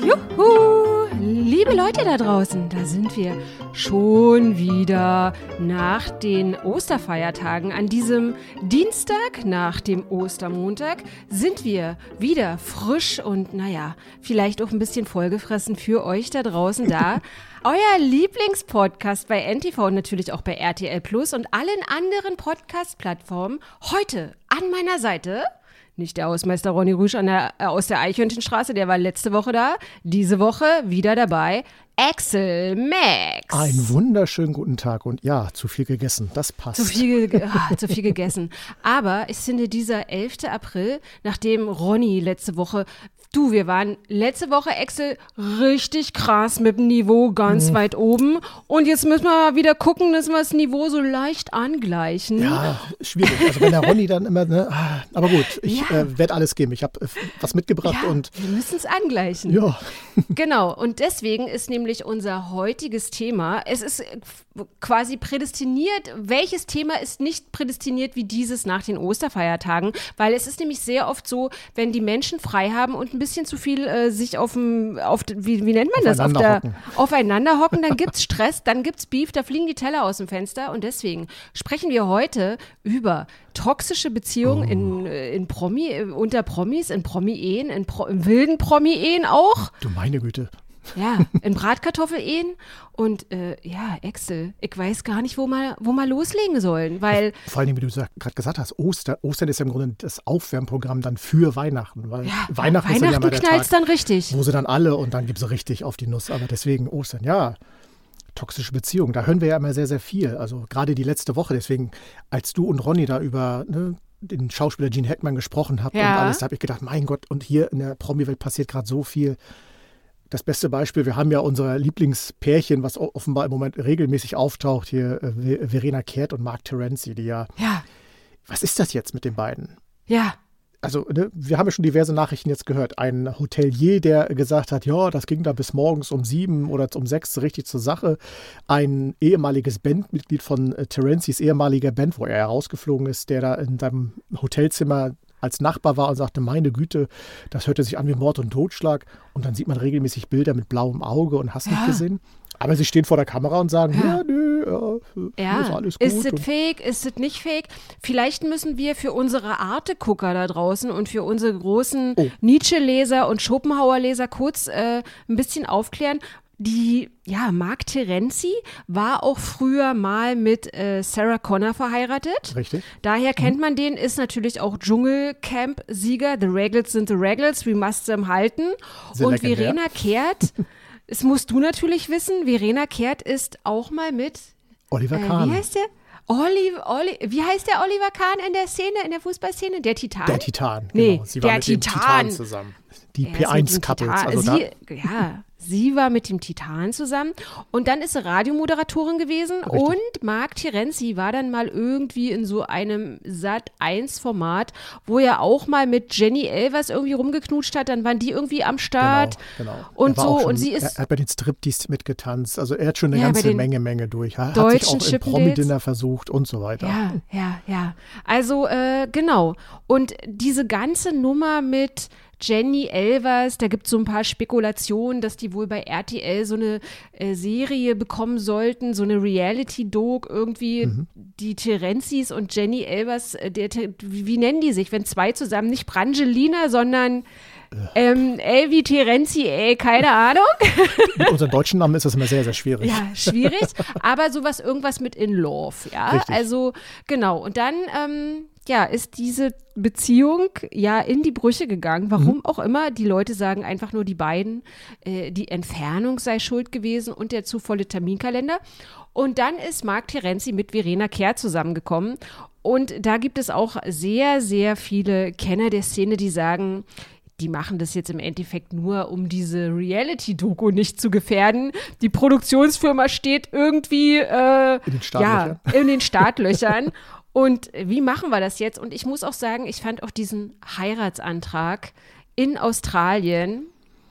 Juhu, liebe Leute da draußen, da sind wir schon wieder nach den Osterfeiertagen. An diesem Dienstag nach dem Ostermontag sind wir wieder frisch und vielleicht auch ein bisschen vollgefressen für euch da draußen da. Euer Lieblingspodcast bei NTV und natürlich auch bei RTL Plus und allen anderen Podcast-Plattformen. Heute an meiner Seite... Nicht der Hausmeister Ronny Rüsch aus der Eichhörnchenstraße, der war letzte Woche da. Diese Woche wieder dabei, Axel Max. Einen wunderschönen guten Tag und ja, zu viel gegessen, das passt. Zu viel gegessen. Aber ich finde, dieser 11. April, nachdem Ronny letzte Woche, wir waren letzte Woche, Axel, richtig krass mit dem Niveau ganz weit oben. Und jetzt müssen wir mal wieder gucken, dass wir das Niveau so leicht angleichen. Ja, schwierig. Also wenn der Ronny dann immer, aber gut, ich werde alles geben. Ich habe was mitgebracht und wir müssen es angleichen. Ja. Genau, und deswegen ist nämlich unser heutiges Thema, es ist quasi prädestiniert, welches Thema ist nicht prädestiniert wie dieses nach den Osterfeiertagen, weil es ist nämlich sehr oft so, wenn die Menschen frei haben und ein bisschen zu viel sich wie nennt man das? Aufeinander hocken, dann gibt's Stress, dann gibt's Beef, da fliegen die Teller aus dem Fenster und deswegen sprechen wir heute über toxische Beziehungen unter Promis, in Promi-Ehen, in wilden Promi-Ehen auch. Du meine Güte. Ja, in Bratkartoffel-Ehen und Axel, ich weiß gar nicht, wo wir loslegen sollen, weil... Vor allem, wie du gerade gesagt hast, Ostern ist ja im Grunde das Aufwärmprogramm dann für Weihnachten, weil Weihnachten ist ja mal der Tag, dann richtig. Wo sie dann alle und dann gibt es richtig auf die Nuss, aber deswegen Ostern, ja, toxische Beziehungen, da hören wir ja immer sehr, sehr viel, also gerade die letzte Woche, deswegen, als du und Ronny da über... den Schauspieler Gene Hackman gesprochen habt und alles, da habe ich gedacht, mein Gott, und hier in der Promi-Welt passiert gerade so viel. Das beste Beispiel, wir haben ja unser Lieblingspärchen, was offenbar im Moment regelmäßig auftaucht, hier Verena Kehrt und Mark Terenzi, die ja. Was ist das jetzt mit den beiden? Ja. Also, wir haben ja schon diverse Nachrichten jetzt gehört. Ein Hotelier, der gesagt hat, ja, das ging da bis morgens um 7 oder um 6 richtig zur Sache. Ein ehemaliges Bandmitglied von Terenzis ehemaliger Band, wo er herausgeflogen ist, der da in seinem Hotelzimmer als Nachbar war und sagte, meine Güte, das hörte sich an wie Mord und Totschlag. Und dann sieht man regelmäßig Bilder mit blauem Auge und hast nicht gesehen. Aber sie stehen vor der Kamera und sagen, ist alles gut. Ist es fake, ist es nicht fake? Vielleicht müssen wir für unsere Arte-Gucker da draußen und für unsere großen Nietzsche-Leser und Schopenhauer-Leser kurz ein bisschen aufklären. Mark Terenzi war auch früher mal mit Sarah Connor verheiratet. Richtig. Daher kennt man den, ist natürlich auch Dschungelcamp-Sieger. The Regals sind the Regals, we must them halten. Sehr und legendär. Verena Kehrt, das musst du natürlich wissen, Verena Kehrt ist auch mal mit Oliver Kahn. Wie heißt der? Wie heißt der Oliver Kahn in der Szene, in der Fußballszene? Der Titan? Der Titan, Nee, genau. Sie war mit dem Titan zusammen. Die P1-Couples. Sie war mit dem Titan zusammen und dann ist sie Radiomoderatorin gewesen. Richtig. Und Mark Terenzi war dann mal irgendwie in so einem Sat.1-Format, wo er auch mal mit Jenny Elvers irgendwie rumgeknutscht hat, dann waren die irgendwie am Start. Genau. Und so, schon, und sie ist... Er hat bei den Striptease mitgetanzt, also er hat schon eine ganze Menge durch. Er hat sich auch im Promi-Dinner versucht und so weiter. Ja. Also, genau. Und diese ganze Nummer mit Jenny Elvers, da gibt es so ein paar Spekulationen, dass die wohl bei RTL so eine Serie bekommen sollten, so eine Reality-Doc irgendwie, die Terenzis und Jenny Elvers, wie nennen die sich, wenn zwei zusammen, nicht Brangelina, sondern wie Terenzi, keine Ahnung. Mit unseren deutschen Namen ist das immer sehr, sehr schwierig. Ja, schwierig, aber irgendwas mit In Love, ja, Richtig. Also genau, und dann ist diese Beziehung in die Brüche gegangen, warum auch immer. Die Leute sagen einfach nur, die beiden, die Entfernung sei schuld gewesen und der zu volle Terminkalender. Und dann ist Mark Terenzi mit Verena Kehrt zusammengekommen. Und da gibt es auch sehr, sehr viele Kenner der Szene, die sagen, die machen das jetzt im Endeffekt nur, um diese Reality-Doku nicht zu gefährden. Die Produktionsfirma steht irgendwie in den Startlöchern. Und wie machen wir das jetzt? Und ich muss auch sagen, ich fand auch diesen Heiratsantrag in Australien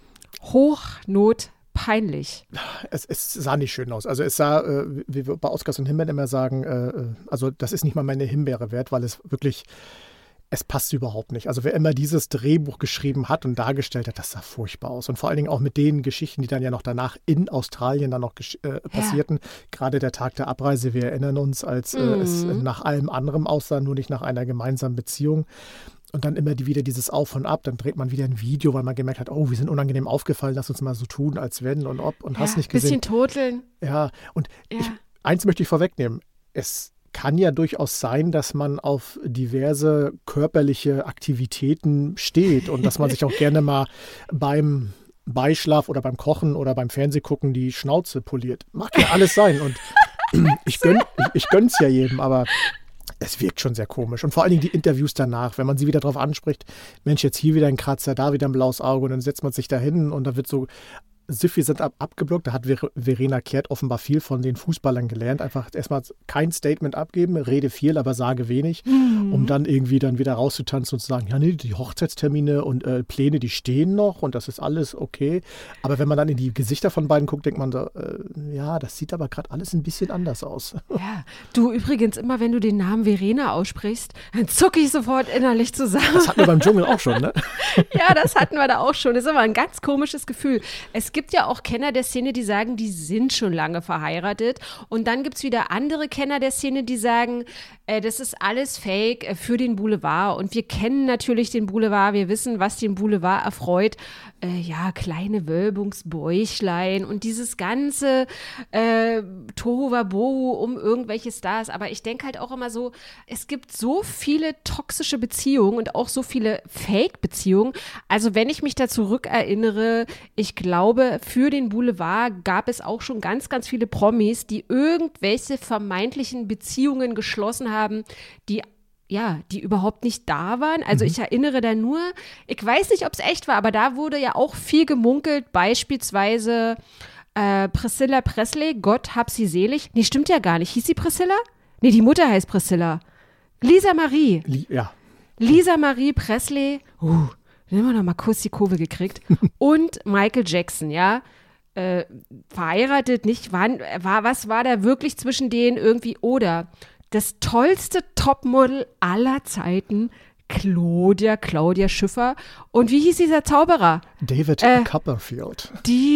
hochnotpeinlich. Es sah nicht schön aus. Also es sah, wie wir bei Oscars und Himbeeren immer sagen, also das ist nicht mal meine Himbeere wert, weil es wirklich es passt überhaupt nicht. Also wer immer dieses Drehbuch geschrieben hat und dargestellt hat, das sah furchtbar aus. Und vor allen Dingen auch mit den Geschichten, die dann ja noch danach in Australien dann noch passierten. Gerade der Tag der Abreise, wir erinnern uns, als es nach allem anderem aussah, nur nicht nach einer gemeinsamen Beziehung. Und dann immer wieder dieses Auf und Ab, dann dreht man wieder ein Video, weil man gemerkt hat, oh, wir sind unangenehm aufgefallen, lass uns mal so tun, als wenn und ob und hast nicht gesehen. Bisschen toteln. Ja, und eins möchte ich vorwegnehmen. Es kann ja durchaus sein, dass man auf diverse körperliche Aktivitäten steht und dass man sich auch gerne mal beim Beischlaf oder beim Kochen oder beim Fernsehgucken die Schnauze poliert. Mag ja alles sein und ich gönn's ja jedem, aber es wirkt schon sehr komisch. Und vor allen Dingen die Interviews danach, wenn man sie wieder darauf anspricht, Mensch, jetzt hier wieder ein Kratzer, da wieder ein blaues Auge und dann setzt man sich da hin und da wird so suffisant abgeblockt. Da hat Verena Kehrt offenbar viel von den Fußballern gelernt. Einfach erstmal kein Statement abgeben, rede viel, aber sage wenig, um dann irgendwie dann wieder rauszutanzen und zu sagen, ja nee, die Hochzeitstermine und Pläne, die stehen noch und das ist alles okay. Aber wenn man dann in die Gesichter von beiden guckt, denkt man so, ja, das sieht aber gerade alles ein bisschen anders aus. Ja, du übrigens immer, wenn du den Namen Verena aussprichst, dann zucke ich sofort innerlich zusammen. Das hatten wir beim Dschungel auch schon, ne? Ja, das hatten wir da auch schon. Das ist immer ein ganz komisches Gefühl. Es gibt ja auch Kenner der Szene, die sagen, die sind schon lange verheiratet. Und dann gibt es wieder andere Kenner der Szene, die sagen, das ist alles Fake für den Boulevard. Und wir kennen natürlich den Boulevard. Wir wissen, was den Boulevard erfreut. Ja, kleine Wölbungsbäuchlein und dieses ganze Tohuwabohu um irgendwelche Stars. Aber ich denke halt auch immer so, es gibt so viele toxische Beziehungen und auch so viele Fake-Beziehungen. Also wenn ich mich da zurückerinnere, ich glaube, für den Boulevard gab es auch schon ganz, ganz viele Promis, die irgendwelche vermeintlichen Beziehungen geschlossen haben, die überhaupt nicht da waren. Also ich erinnere da nur, ich weiß nicht, ob es echt war, aber da wurde ja auch viel gemunkelt, beispielsweise Priscilla Presley, Gott hab sie selig. Nee, stimmt ja gar nicht. Hieß sie Priscilla? Nee, die Mutter heißt Priscilla. Lisa Marie. Lisa Marie Presley. Dann haben wir noch mal kurz die Kurve gekriegt. Und Michael Jackson, ja. Verheiratet, nicht? Was war da wirklich zwischen denen irgendwie? Oder das tollste Topmodel aller Zeiten, Claudia Schiffer. Und wie hieß dieser Zauberer? David Copperfield.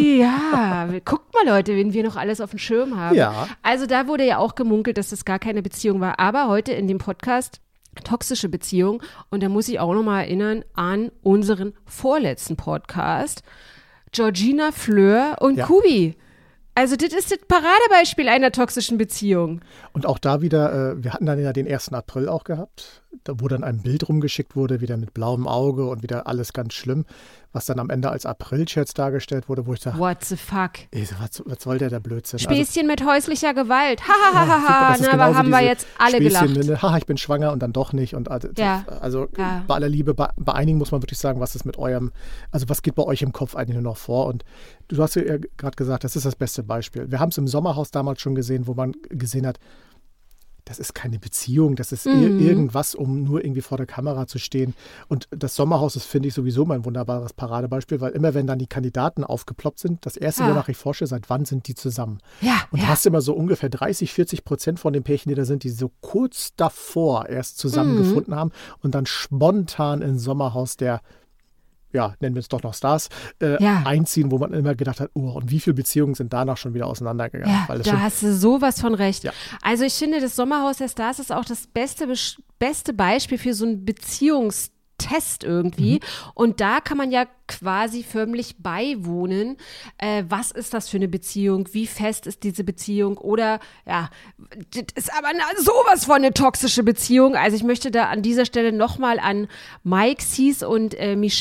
Guckt mal, Leute, wen wir noch alles auf dem Schirm haben. Ja. Also da wurde ja auch gemunkelt, dass das gar keine Beziehung war. Aber heute in dem Podcast toxische Beziehung. Und da muss ich auch noch mal erinnern an unseren vorletzten Podcast. Georgina Fleur und Kubi. Also das ist das Paradebeispiel einer toxischen Beziehung. Und auch da wieder, wir hatten dann ja den 1. April auch gehabt, wo dann ein Bild rumgeschickt wurde, wieder mit blauem Auge und wieder alles ganz schlimm, was dann am Ende als April-Scherz dargestellt wurde, wo ich dachte, what the fuck? Was soll der Blödsinn? Späßchen mit häuslicher Gewalt. Aber haben wir jetzt alle Späßchen, gelacht. Ich bin schwanger und dann doch nicht. Und bei aller Liebe, bei einigen muss man wirklich sagen, was ist mit eurem, also was geht bei euch im Kopf eigentlich nur noch vor? Und du hast ja gerade gesagt, das ist das beste Beispiel. Wir haben es im Sommerhaus damals schon gesehen, wo man gesehen hat, das ist keine Beziehung, das ist irgendwas, um nur irgendwie vor der Kamera zu stehen. Und das Sommerhaus ist, finde ich, sowieso mein wunderbares Paradebeispiel, weil immer, wenn dann die Kandidaten aufgeploppt sind, das Erste, wonach ich forsche, seit wann sind die zusammen? Und du hast immer so ungefähr 30-40% von den Pärchen, die da sind, die so kurz davor erst zusammengefunden haben und dann spontan ins Sommerhaus nennen wir es doch noch Stars, einziehen, wo man immer gedacht hat, und wie viele Beziehungen sind danach schon wieder auseinandergegangen. Ja, da hast du sowas von recht. Ja. Also ich finde, das Sommerhaus der Stars ist auch das beste Beispiel für so einen Beziehungstest irgendwie. Und da kann man ja quasi förmlich beiwohnen. Was ist das für eine Beziehung? Wie fest ist diese Beziehung? Oder, das ist aber sowas von eine toxische Beziehung. Also ich möchte da an dieser Stelle nochmal an Mike Cease und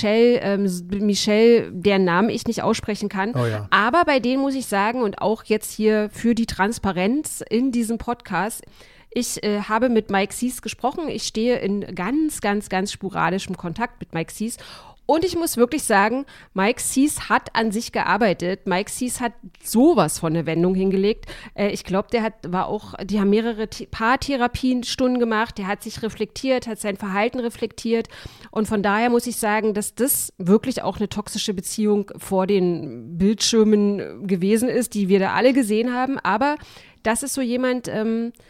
Michelle, deren Namen ich nicht aussprechen kann. Oh ja. Aber bei denen muss ich sagen, und auch jetzt hier für die Transparenz in diesem Podcast, ich habe mit Mike Cease gesprochen. Ich stehe in ganz, ganz, ganz sporadischem Kontakt mit Mike Cease. Und ich muss wirklich sagen, Mike Cease hat an sich gearbeitet. Mike Cease hat sowas von eine Wendung hingelegt. Ich glaube, die haben mehrere Paartherapiestunden gemacht. Der hat sich reflektiert, hat sein Verhalten reflektiert. Und von daher muss ich sagen, dass das wirklich auch eine toxische Beziehung vor den Bildschirmen gewesen ist, die wir da alle gesehen haben. Aber das ist so jemand,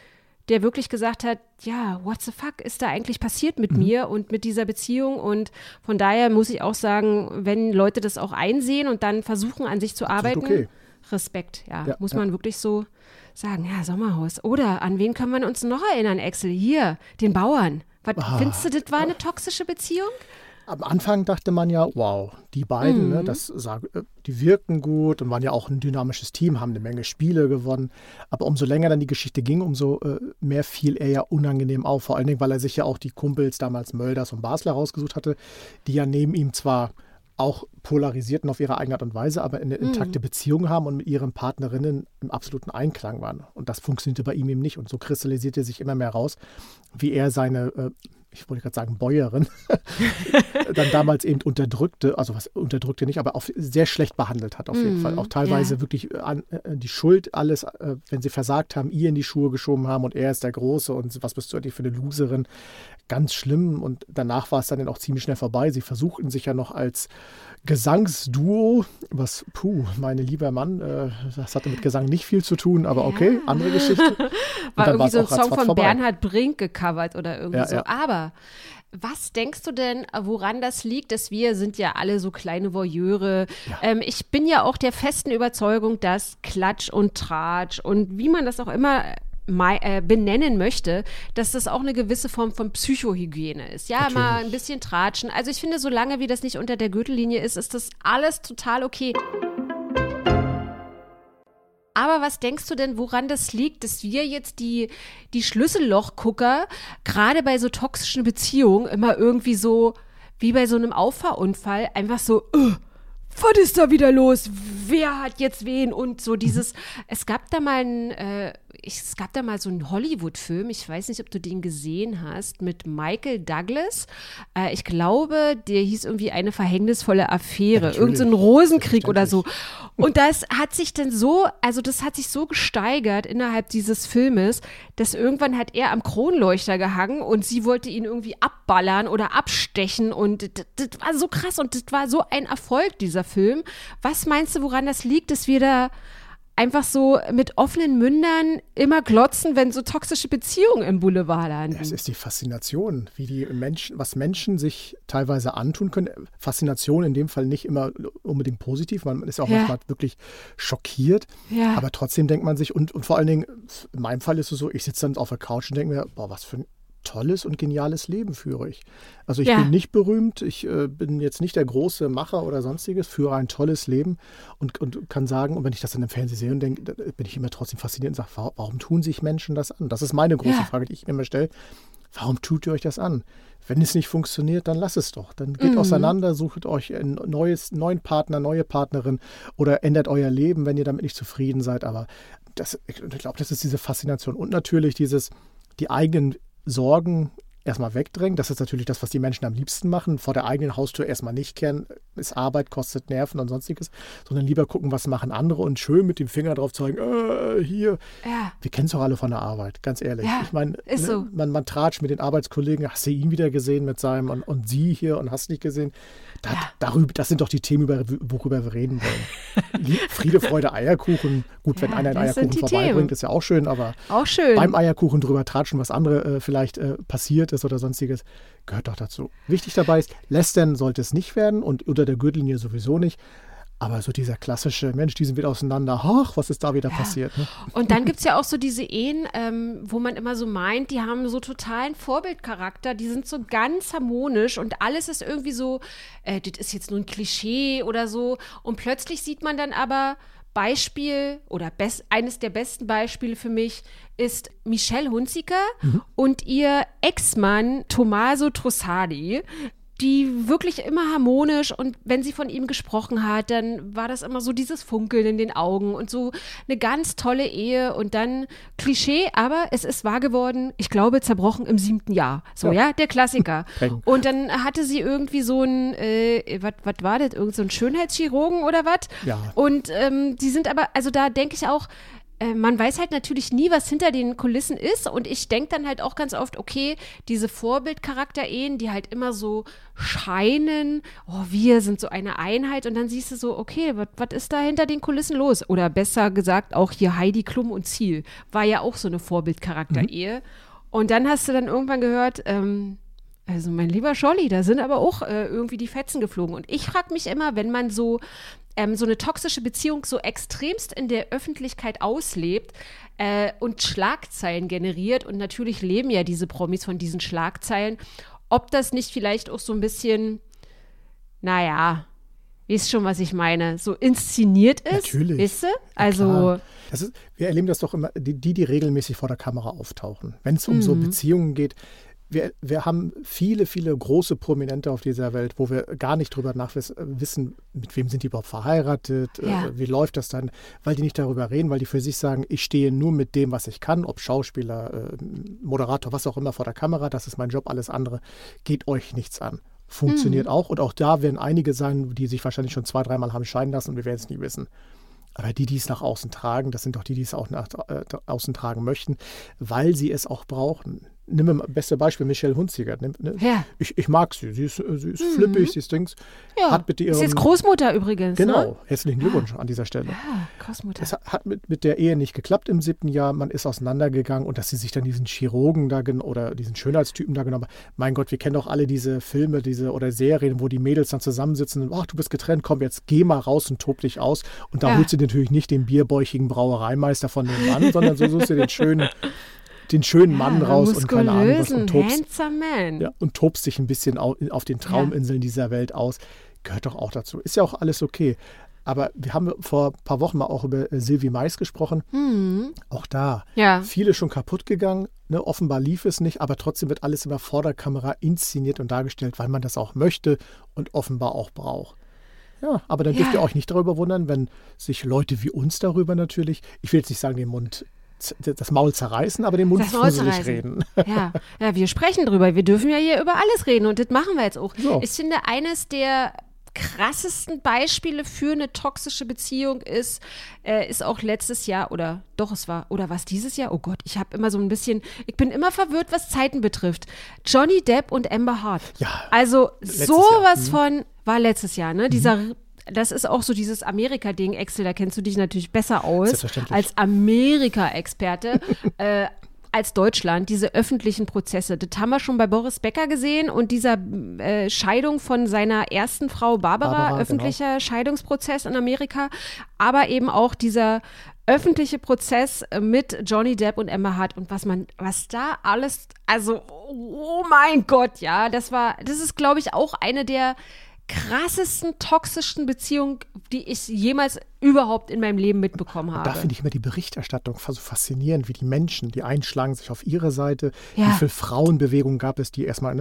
der wirklich gesagt hat, ja, what the fuck ist da eigentlich passiert mit mir und mit dieser Beziehung? Und von daher muss ich auch sagen, wenn Leute das auch einsehen und dann versuchen, an sich zu arbeiten, okay. Respekt, muss man wirklich so sagen, ja, Sommerhaus. Oder an wen können wir uns noch erinnern, Axel? Hier, den Bauern. Findest du, das war eine toxische Beziehung? Am Anfang dachte man ja, wow, die beiden, ne, die wirken gut und waren ja auch ein dynamisches Team, haben eine Menge Spiele gewonnen. Aber umso länger dann die Geschichte ging, umso mehr fiel er ja unangenehm auf. Vor allen Dingen, weil er sich ja auch die Kumpels damals Mölders und Basler rausgesucht hatte, die ja neben ihm zwar auch polarisierten auf ihre eigene Art und Weise, aber eine intakte Beziehung haben und mit ihren Partnerinnen im absoluten Einklang waren. Und das funktionierte bei ihm eben nicht. Und so kristallisierte sich immer mehr raus, wie er seine, ich wollte gerade sagen, Bäuerin, dann damals eben unterdrückte, also was unterdrückte nicht, aber auch sehr schlecht behandelt hat auf jeden Fall. Auch teilweise wirklich die Schuld, alles, wenn sie versagt haben, ihr in die Schuhe geschoben haben und er ist der Große und was bist du eigentlich für eine Loserin. Ganz schlimm und danach war es dann auch ziemlich schnell vorbei. Sie versuchten sich ja noch als Gesangsduo, was, meine lieber Mann, das hatte mit Gesang nicht viel zu tun, aber okay, andere Geschichte. War irgendwie so ein Song von Bernhard Brink gecovert oder irgendwie so. Aber was denkst du denn, woran das liegt, dass wir sind ja alle so kleine Voyeure. Ich bin ja auch der festen Überzeugung, dass Klatsch und Tratsch und wie man das auch immer benennen möchte, dass das auch eine gewisse Form von Psychohygiene ist. Ja, natürlich. Mal ein bisschen tratschen. Also ich finde, solange wie das nicht unter der Gürtellinie ist, ist das alles total okay. Aber was denkst du denn, woran das liegt, dass wir jetzt die Schlüssellochgucker gerade bei so toxischen Beziehungen immer irgendwie so, wie bei so einem Auffahrunfall, einfach so, was ist da wieder los? Wer hat jetzt wen? Und so dieses, es gab da mal so einen Hollywood-Film, ich weiß nicht, ob du den gesehen hast, mit Michael Douglas. Ich glaube, der hieß irgendwie Eine verhängnisvolle Affäre, irgend so ein Rosenkrieg oder so. Und das hat sich dann so, also das hat sich so gesteigert innerhalb dieses Filmes, dass irgendwann hat er am Kronleuchter gehangen und sie wollte ihn irgendwie abballern oder abstechen und das war so krass und das war so ein Erfolg, dieser Film. Was meinst du, woran das liegt, dass wir da einfach so mit offenen Mündern immer glotzen, wenn so toxische Beziehungen im Boulevard landen? Es ist die Faszination, was Menschen sich teilweise antun können. Faszination in dem Fall nicht immer unbedingt positiv, man ist auch manchmal wirklich schockiert, aber trotzdem denkt man sich, und vor allen Dingen, in meinem Fall ist es so, ich sitze dann auf der Couch und denke mir, boah, was für ein tolles und geniales Leben führe ich. Also ich bin nicht berühmt, ich bin jetzt nicht der große Macher oder sonstiges, führe ein tolles Leben und kann sagen, und wenn ich das dann im Fernsehen sehe und denke, dann bin ich immer trotzdem fasziniert und sage, warum tun sich Menschen das an? Das ist meine große Frage, die ich mir immer stelle. Warum tut ihr euch das an? Wenn es nicht funktioniert, dann lasst es doch. Dann geht auseinander, sucht euch einen neuen Partner, neue Partnerin oder ändert euer Leben, wenn ihr damit nicht zufrieden seid. Aber ich glaube, das ist diese Faszination und natürlich die eigenen Sorgen erstmal wegdrängen. Das ist natürlich das, was die Menschen am liebsten machen. Vor der eigenen Haustür erstmal nicht kehren, ist Arbeit, kostet Nerven und sonstiges, sondern lieber gucken, was machen andere und schön mit dem Finger drauf zeigen, hier. Ja. Wir kennen es doch alle von der Arbeit, ganz ehrlich. Ja, ich meine, so. Man tratscht mit den Arbeitskollegen, hast du ihn wieder gesehen mit seinem und sie hier und hast nicht gesehen. Das sind doch die Themen, worüber wir reden wollen. Friede, Freude, Eierkuchen. Gut, wenn einer einen Eierkuchen vorbeibringt, ist ja auch schön, aber auch schön. Beim Eierkuchen drüber tratschen, was andere vielleicht passiert ist oder sonstiges, gehört doch dazu. Wichtig dabei ist, lästern sollte es nicht werden und unter der Gürtellinie sowieso nicht. Aber so dieser klassische Mensch, die sind wieder auseinander. Ach, was ist da wieder passiert? Ne? Und dann gibt es ja auch so diese Ehen, wo man immer so meint, die haben so totalen Vorbildcharakter, die sind so ganz harmonisch und alles ist irgendwie so, das ist jetzt nur ein Klischee oder so. Und plötzlich sieht man dann aber Beispiel oder eines der besten Beispiele für mich ist Michelle Hunziker und ihr Ex-Mann Tommaso Trussardi, die wirklich immer harmonisch und wenn sie von ihm gesprochen hat, dann war das immer so dieses Funkeln in den Augen und so eine ganz tolle Ehe und dann Klischee, aber es ist wahr geworden, ich glaube zerbrochen im 7. Jahr. So, der Klassiker. Und dann hatte sie irgendwie so ein, was war das, irgend so ein Schönheitschirurgen oder was? Ja. Und die sind aber, also da denke ich auch, man weiß halt natürlich nie, was hinter den Kulissen ist. Und ich denke dann halt auch ganz oft, okay, diese Vorbildcharakter-Ehen, die halt immer so scheinen, oh, wir sind so eine Einheit. Und dann siehst du so, okay, was ist da hinter den Kulissen los? Oder besser gesagt, auch hier Heidi Klum und Ziel war ja auch so eine Vorbildcharakter-Ehe. Und dann hast du dann irgendwann gehört, also mein lieber Scholli, da sind aber auch irgendwie die Fetzen geflogen. Und ich frage mich immer, wenn man so eine toxische Beziehung so extremst in der Öffentlichkeit auslebt und Schlagzeilen generiert, und natürlich leben ja diese Promis von diesen Schlagzeilen, ob das nicht vielleicht auch so ein bisschen, naja, wisst schon, was ich meine, so inszeniert ist, natürlich. Weißt du? Also wir erleben das doch immer, die regelmäßig vor der Kamera auftauchen. Wenn es um so Beziehungen geht, wir haben viele, viele große Prominente auf dieser Welt, wo wir gar nicht drüber wissen, mit wem sind die überhaupt verheiratet, wie läuft das dann, weil die nicht darüber reden, weil die für sich sagen, ich stehe nur mit dem, was ich kann, ob Schauspieler, Moderator, was auch immer vor der Kamera, das ist mein Job, alles andere geht euch nichts an. Funktioniert auch, und auch da werden einige sein, die sich wahrscheinlich schon 2-3 Mal haben scheiden lassen, und wir werden es nie wissen. Aber die es nach außen tragen, das sind doch die es auch nach außen tragen möchten, weil sie es auch brauchen. Nimm mir beste Beispiel, Michelle Hunziker. Ja. Ich mag sie. Sie ist flippig, sie ist Dings. Ja, hat mit ihrem, ist jetzt Großmutter übrigens. Genau, Ne? herzlichen Glückwunsch an dieser Stelle. Ja, Großmutter. Es hat mit der Ehe nicht geklappt im 7. Jahr. Man ist auseinandergegangen, und dass sie sich dann diesen Chirurgen da oder diesen Schönheitstypen da genommen hat. Mein Gott, wir kennen doch alle diese Filme oder Serien, wo die Mädels dann zusammensitzen und, ach, du bist getrennt, komm, jetzt geh mal raus und tob dich aus. Und da holt sie natürlich nicht den bierbäuchigen Brauereimeister von dem Mann, sondern so suchst du den schönen Mann raus und keine Ahnung was, und tobst dich ein bisschen auf den Trauminseln dieser Welt aus. Gehört doch auch dazu. Ist ja auch alles okay. Aber wir haben vor ein paar Wochen mal auch über Sylvie Mais gesprochen. Auch da. Viele schon kaputt gegangen. Ne? Offenbar lief es nicht, aber trotzdem wird alles immer vor der Kamera inszeniert und dargestellt, weil man das auch möchte und offenbar auch braucht. Ja, aber dann dürft ihr euch nicht darüber wundern, wenn sich Leute wie uns darüber natürlich, ich will jetzt nicht sagen, das Maul zerreißen, aber den Mund fusselig reden. Ja, wir sprechen drüber. Wir dürfen ja hier über alles reden, und das machen wir jetzt auch. So. Ich finde, eines der krassesten Beispiele für eine toxische Beziehung ist auch letztes Jahr oder was dieses Jahr? Oh Gott, ich bin immer verwirrt, was Zeiten betrifft. Johnny Depp und Amber Heard. Ja. Also sowas von, war letztes Jahr, ne? Das ist auch so dieses Amerika-Ding, Axel, da kennst du dich natürlich besser aus als Amerika-Experte. Als Deutschland, diese öffentlichen Prozesse. Das haben wir schon bei Boris Becker gesehen, und dieser Scheidung von seiner ersten Frau Barbara, öffentlicher Scheidungsprozess in Amerika, aber eben auch dieser öffentliche Prozess mit Johnny Depp und Amber Heard, und was da alles, also oh mein Gott, ja, das ist, glaube ich, auch eine der krassesten toxischen Beziehungen, die ich jemals überhaupt in meinem Leben mitbekommen habe. Da finde ich immer die Berichterstattung so faszinierend, wie die Menschen, die einschlagen sich auf ihre Seite. Wie viele Frauenbewegungen gab es, die erstmal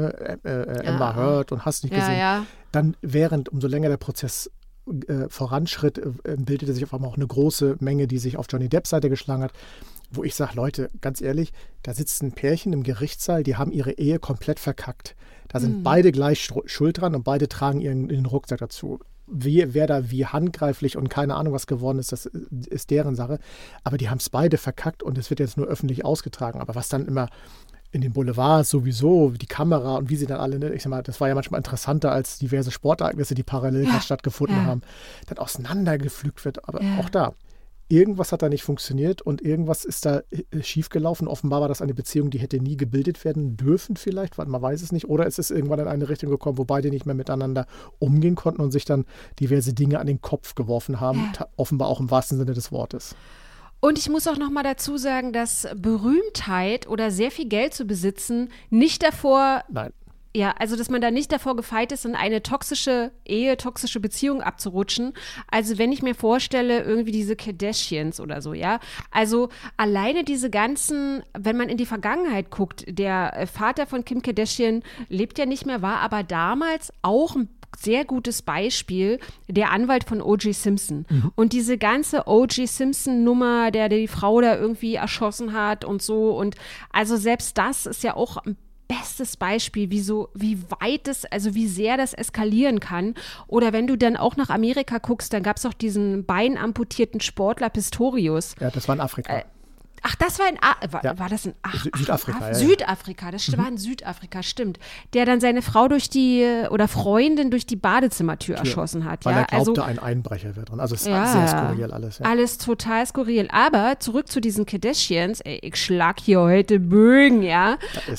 Amber Heard und hast nicht gesehen. Ja. Dann umso länger der Prozess voranschritt, bildete sich auf einmal auch eine große Menge, die sich auf Johnny Depps Seite geschlagen hat. Wo ich sage, Leute, ganz ehrlich, da sitzt ein Pärchen im Gerichtssaal, die haben ihre Ehe komplett verkackt. Da sind beide gleich schuld dran, und beide tragen ihren Rucksack dazu. Wer da wie handgreiflich und keine Ahnung was geworden ist, das ist deren Sache. Aber die haben es beide verkackt, und es wird jetzt nur öffentlich ausgetragen. Aber was dann immer in den Boulevards sowieso, die Kamera und wie sie dann alle, ne, ich sag mal, das war ja manchmal interessanter als diverse Sportereignisse, die parallel stattgefunden haben, dann auseinandergepflügt wird. Aber auch da, irgendwas hat da nicht funktioniert, und irgendwas ist da schiefgelaufen. Offenbar war das eine Beziehung, die hätte nie gebildet werden dürfen vielleicht, weil man weiß es nicht. Oder es ist irgendwann in eine Richtung gekommen, wo beide nicht mehr miteinander umgehen konnten und sich dann diverse Dinge an den Kopf geworfen haben. Offenbar auch im wahrsten Sinne des Wortes. Und ich muss auch noch mal dazu sagen, dass Berühmtheit oder sehr viel Geld zu besitzen nicht davor... Nein. Ja, also dass man da nicht davor gefeit ist, in eine toxische Ehe, toxische Beziehung abzurutschen. Also wenn ich mir vorstelle, irgendwie diese Kardashians oder so, ja. Also alleine diese ganzen, wenn man in die Vergangenheit guckt, der Vater von Kim Kardashian lebt ja nicht mehr, war aber damals auch ein sehr gutes Beispiel, der Anwalt von O.J. Simpson. Und diese ganze O.J. Simpson-Nummer, der die Frau da irgendwie erschossen hat und so. Und also selbst das ist ja auch bestes Beispiel, wie weit es, also wie sehr das eskalieren kann. Oder wenn du dann auch nach Amerika guckst, dann gab es auch diesen beinamputierten Sportler Pistorius. Ja, das war in Afrika. Ach, das war war das in Südafrika? Südafrika, das war in Südafrika, stimmt. Der dann seine Frau oder Freundin durch die Badezimmertür erschossen hat. Weil er glaubte, ein Einbrecher wäre drin. Also es ist sehr skurril alles. Ja. Alles total skurril. Aber zurück zu diesen Kardashians. Ich schlag hier heute Bögen, ja.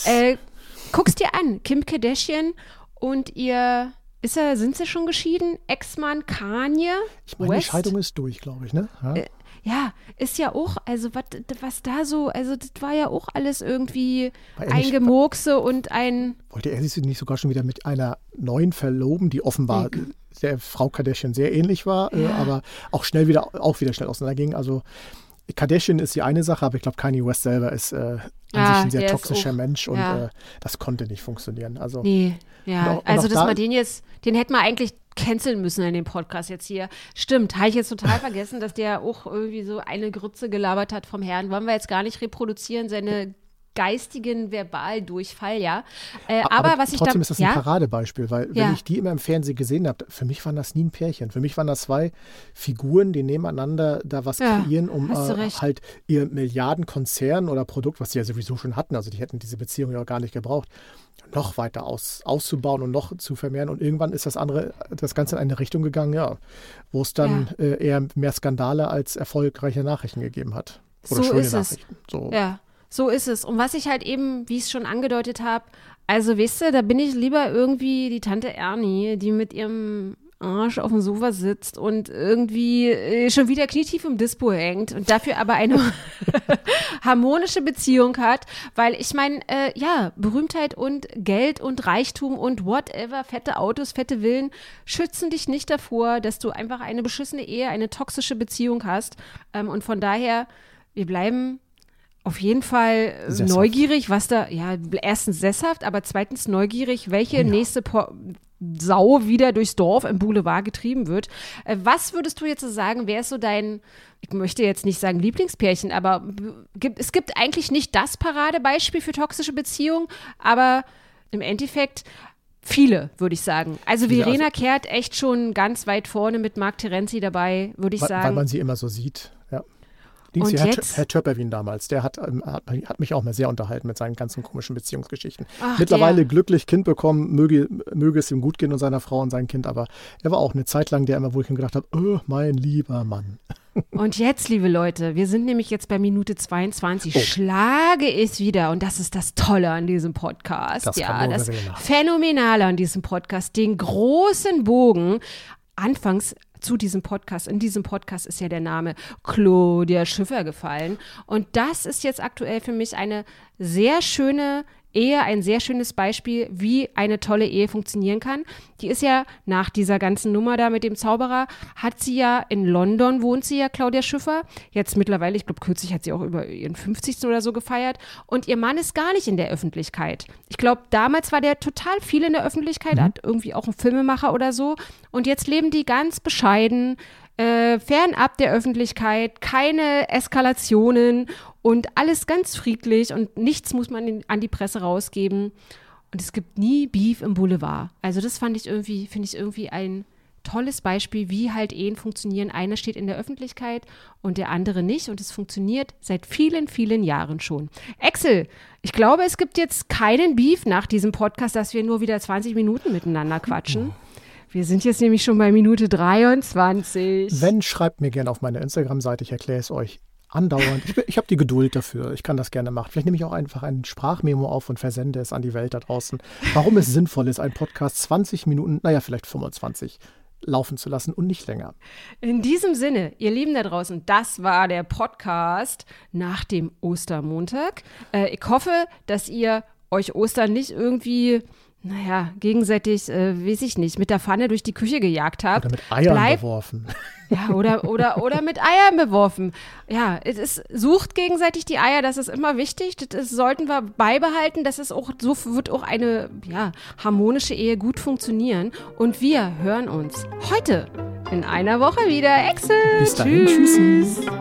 Guck's dir an. Kim Kardashian und ihr, sind sie schon geschieden? Ex-Mann Kanye Ich meine, die West? Scheidung ist durch, glaube ich, ne? Ja. Ja, ist ja auch, also was da so, also das war ja auch alles irgendwie ein Gemurkse und ein... Wollte er sich nicht sogar schon wieder mit einer neuen verloben, die offenbar der Frau Kardashian sehr ähnlich war, aber auch wieder schnell auseinanderging. Also Kardashian ist die eine Sache, aber ich glaube, Kanye West selber ist an sich ein sehr toxischer Mensch und das konnte nicht funktionieren. Also, nee, also dass man den hätte man eigentlich canceln müssen in dem Podcast jetzt hier. Stimmt, habe ich jetzt total vergessen, dass der auch irgendwie so eine Grütze gelabert hat vom Herrn. Wollen wir jetzt gar nicht reproduzieren, seine geistigen Verbaldurchfall, ja. Aber was trotzdem ist das ein Paradebeispiel, weil wenn ich die immer im Fernsehen gesehen habe, für mich waren das nie ein Pärchen. Für mich waren das zwei Figuren, die nebeneinander da was kreieren, um halt ihr Milliardenkonzern oder Produkt, was sie ja sowieso schon hatten, also die hätten diese Beziehung ja auch gar nicht gebraucht, noch weiter auszubauen und noch zu vermehren. Und irgendwann ist das Ganze in eine Richtung gegangen, wo es dann eher mehr Skandale als erfolgreiche Nachrichten gegeben hat. Oder schöne Nachrichten. So ist es. Und was ich halt eben, wie ich es schon angedeutet habe, also weißt du, da bin ich lieber irgendwie die Tante Ernie, die mit ihrem Arsch auf dem Sofa sitzt und irgendwie schon wieder knietief im Dispo hängt und dafür aber eine harmonische Beziehung hat, weil ich meine, Berühmtheit und Geld und Reichtum und whatever, fette Autos, fette Villen, schützen dich nicht davor, dass du einfach eine beschissene Ehe, eine toxische Beziehung hast. Und von daher, wir bleiben auf jeden Fall neugierig, was da, erstens sesshaft, aber zweitens neugierig, welche nächste Sau wieder durchs Dorf im Boulevard getrieben wird. Was würdest du jetzt so sagen, wer ist so dein, ich möchte jetzt nicht sagen Lieblingspärchen, aber es gibt eigentlich nicht das Paradebeispiel für toxische Beziehungen, aber im Endeffekt viele, würde ich sagen. Also Verena kehrt echt schon ganz weit vorne mit Marc Terenzi dabei, würde ich sagen. Weil man sie immer so sieht, ja. Und Herr Töpperwien damals, der hat mich auch mal sehr unterhalten mit seinen ganzen komischen Beziehungsgeschichten. Mittlerweile glücklich, Kind bekommen, möge es ihm gut gehen und seiner Frau und seinem Kind, aber er war auch eine Zeit lang der immer, wo ich ihm gedacht habe, oh, mein lieber Mann. Und jetzt, liebe Leute, wir sind nämlich jetzt bei Minute 22, schlage es wieder, und das ist das Tolle an diesem Podcast, das Phänomenale an diesem Podcast, den großen Bogen, anfangs in diesem Podcast ist ja der Name Claudia Schiffer gefallen. Und das ist jetzt aktuell für mich eine sehr schöne Ehe, ein sehr schönes Beispiel, wie eine tolle Ehe funktionieren kann. Die ist ja nach dieser ganzen Nummer da mit dem Zauberer, in London wohnt sie ja, Claudia Schiffer. Jetzt mittlerweile, ich glaube kürzlich hat sie auch über ihren 50. oder so gefeiert. Und ihr Mann ist gar nicht in der Öffentlichkeit. Ich glaube, damals war der total viel in der Öffentlichkeit, hat irgendwie auch einen Filmemacher oder so. Und jetzt leben die ganz bescheiden, fernab der Öffentlichkeit, keine Eskalationen und alles ganz friedlich und nichts muss man an die Presse rausgeben. Und es gibt nie Beef im Boulevard. Also das finde ich irgendwie ein tolles Beispiel, wie halt Ehen funktionieren. Einer steht in der Öffentlichkeit und der andere nicht. Und es funktioniert seit vielen, vielen Jahren schon. Axel, ich glaube, es gibt jetzt keinen Beef nach diesem Podcast, dass wir nur wieder 20 Minuten miteinander quatschen. Wir sind jetzt nämlich schon bei Minute 23. Wenn, schreibt mir gerne auf meine Instagram-Seite, ich erkläre es euch andauernd. Ich habe die Geduld dafür, ich kann das gerne machen. Vielleicht nehme ich auch einfach ein Sprachmemo auf und versende es an die Welt da draußen. Warum es sinnvoll ist, einen Podcast 20 Minuten, vielleicht 25 laufen zu lassen und nicht länger. In diesem Sinne, ihr Lieben da draußen, das war der Podcast nach dem Ostermontag. Ich hoffe, dass ihr euch Ostern nicht irgendwie gegenseitig, weiß ich nicht, mit der Pfanne durch die Küche gejagt habt. Oder mit Eiern beworfen. Ja, oder mit Eiern beworfen. Ja, sucht gegenseitig die Eier, das ist immer wichtig. Das sollten wir beibehalten. So wird auch eine harmonische Ehe gut funktionieren. Und wir hören uns heute in einer Woche wieder. Axel, bis dahin, tschüss.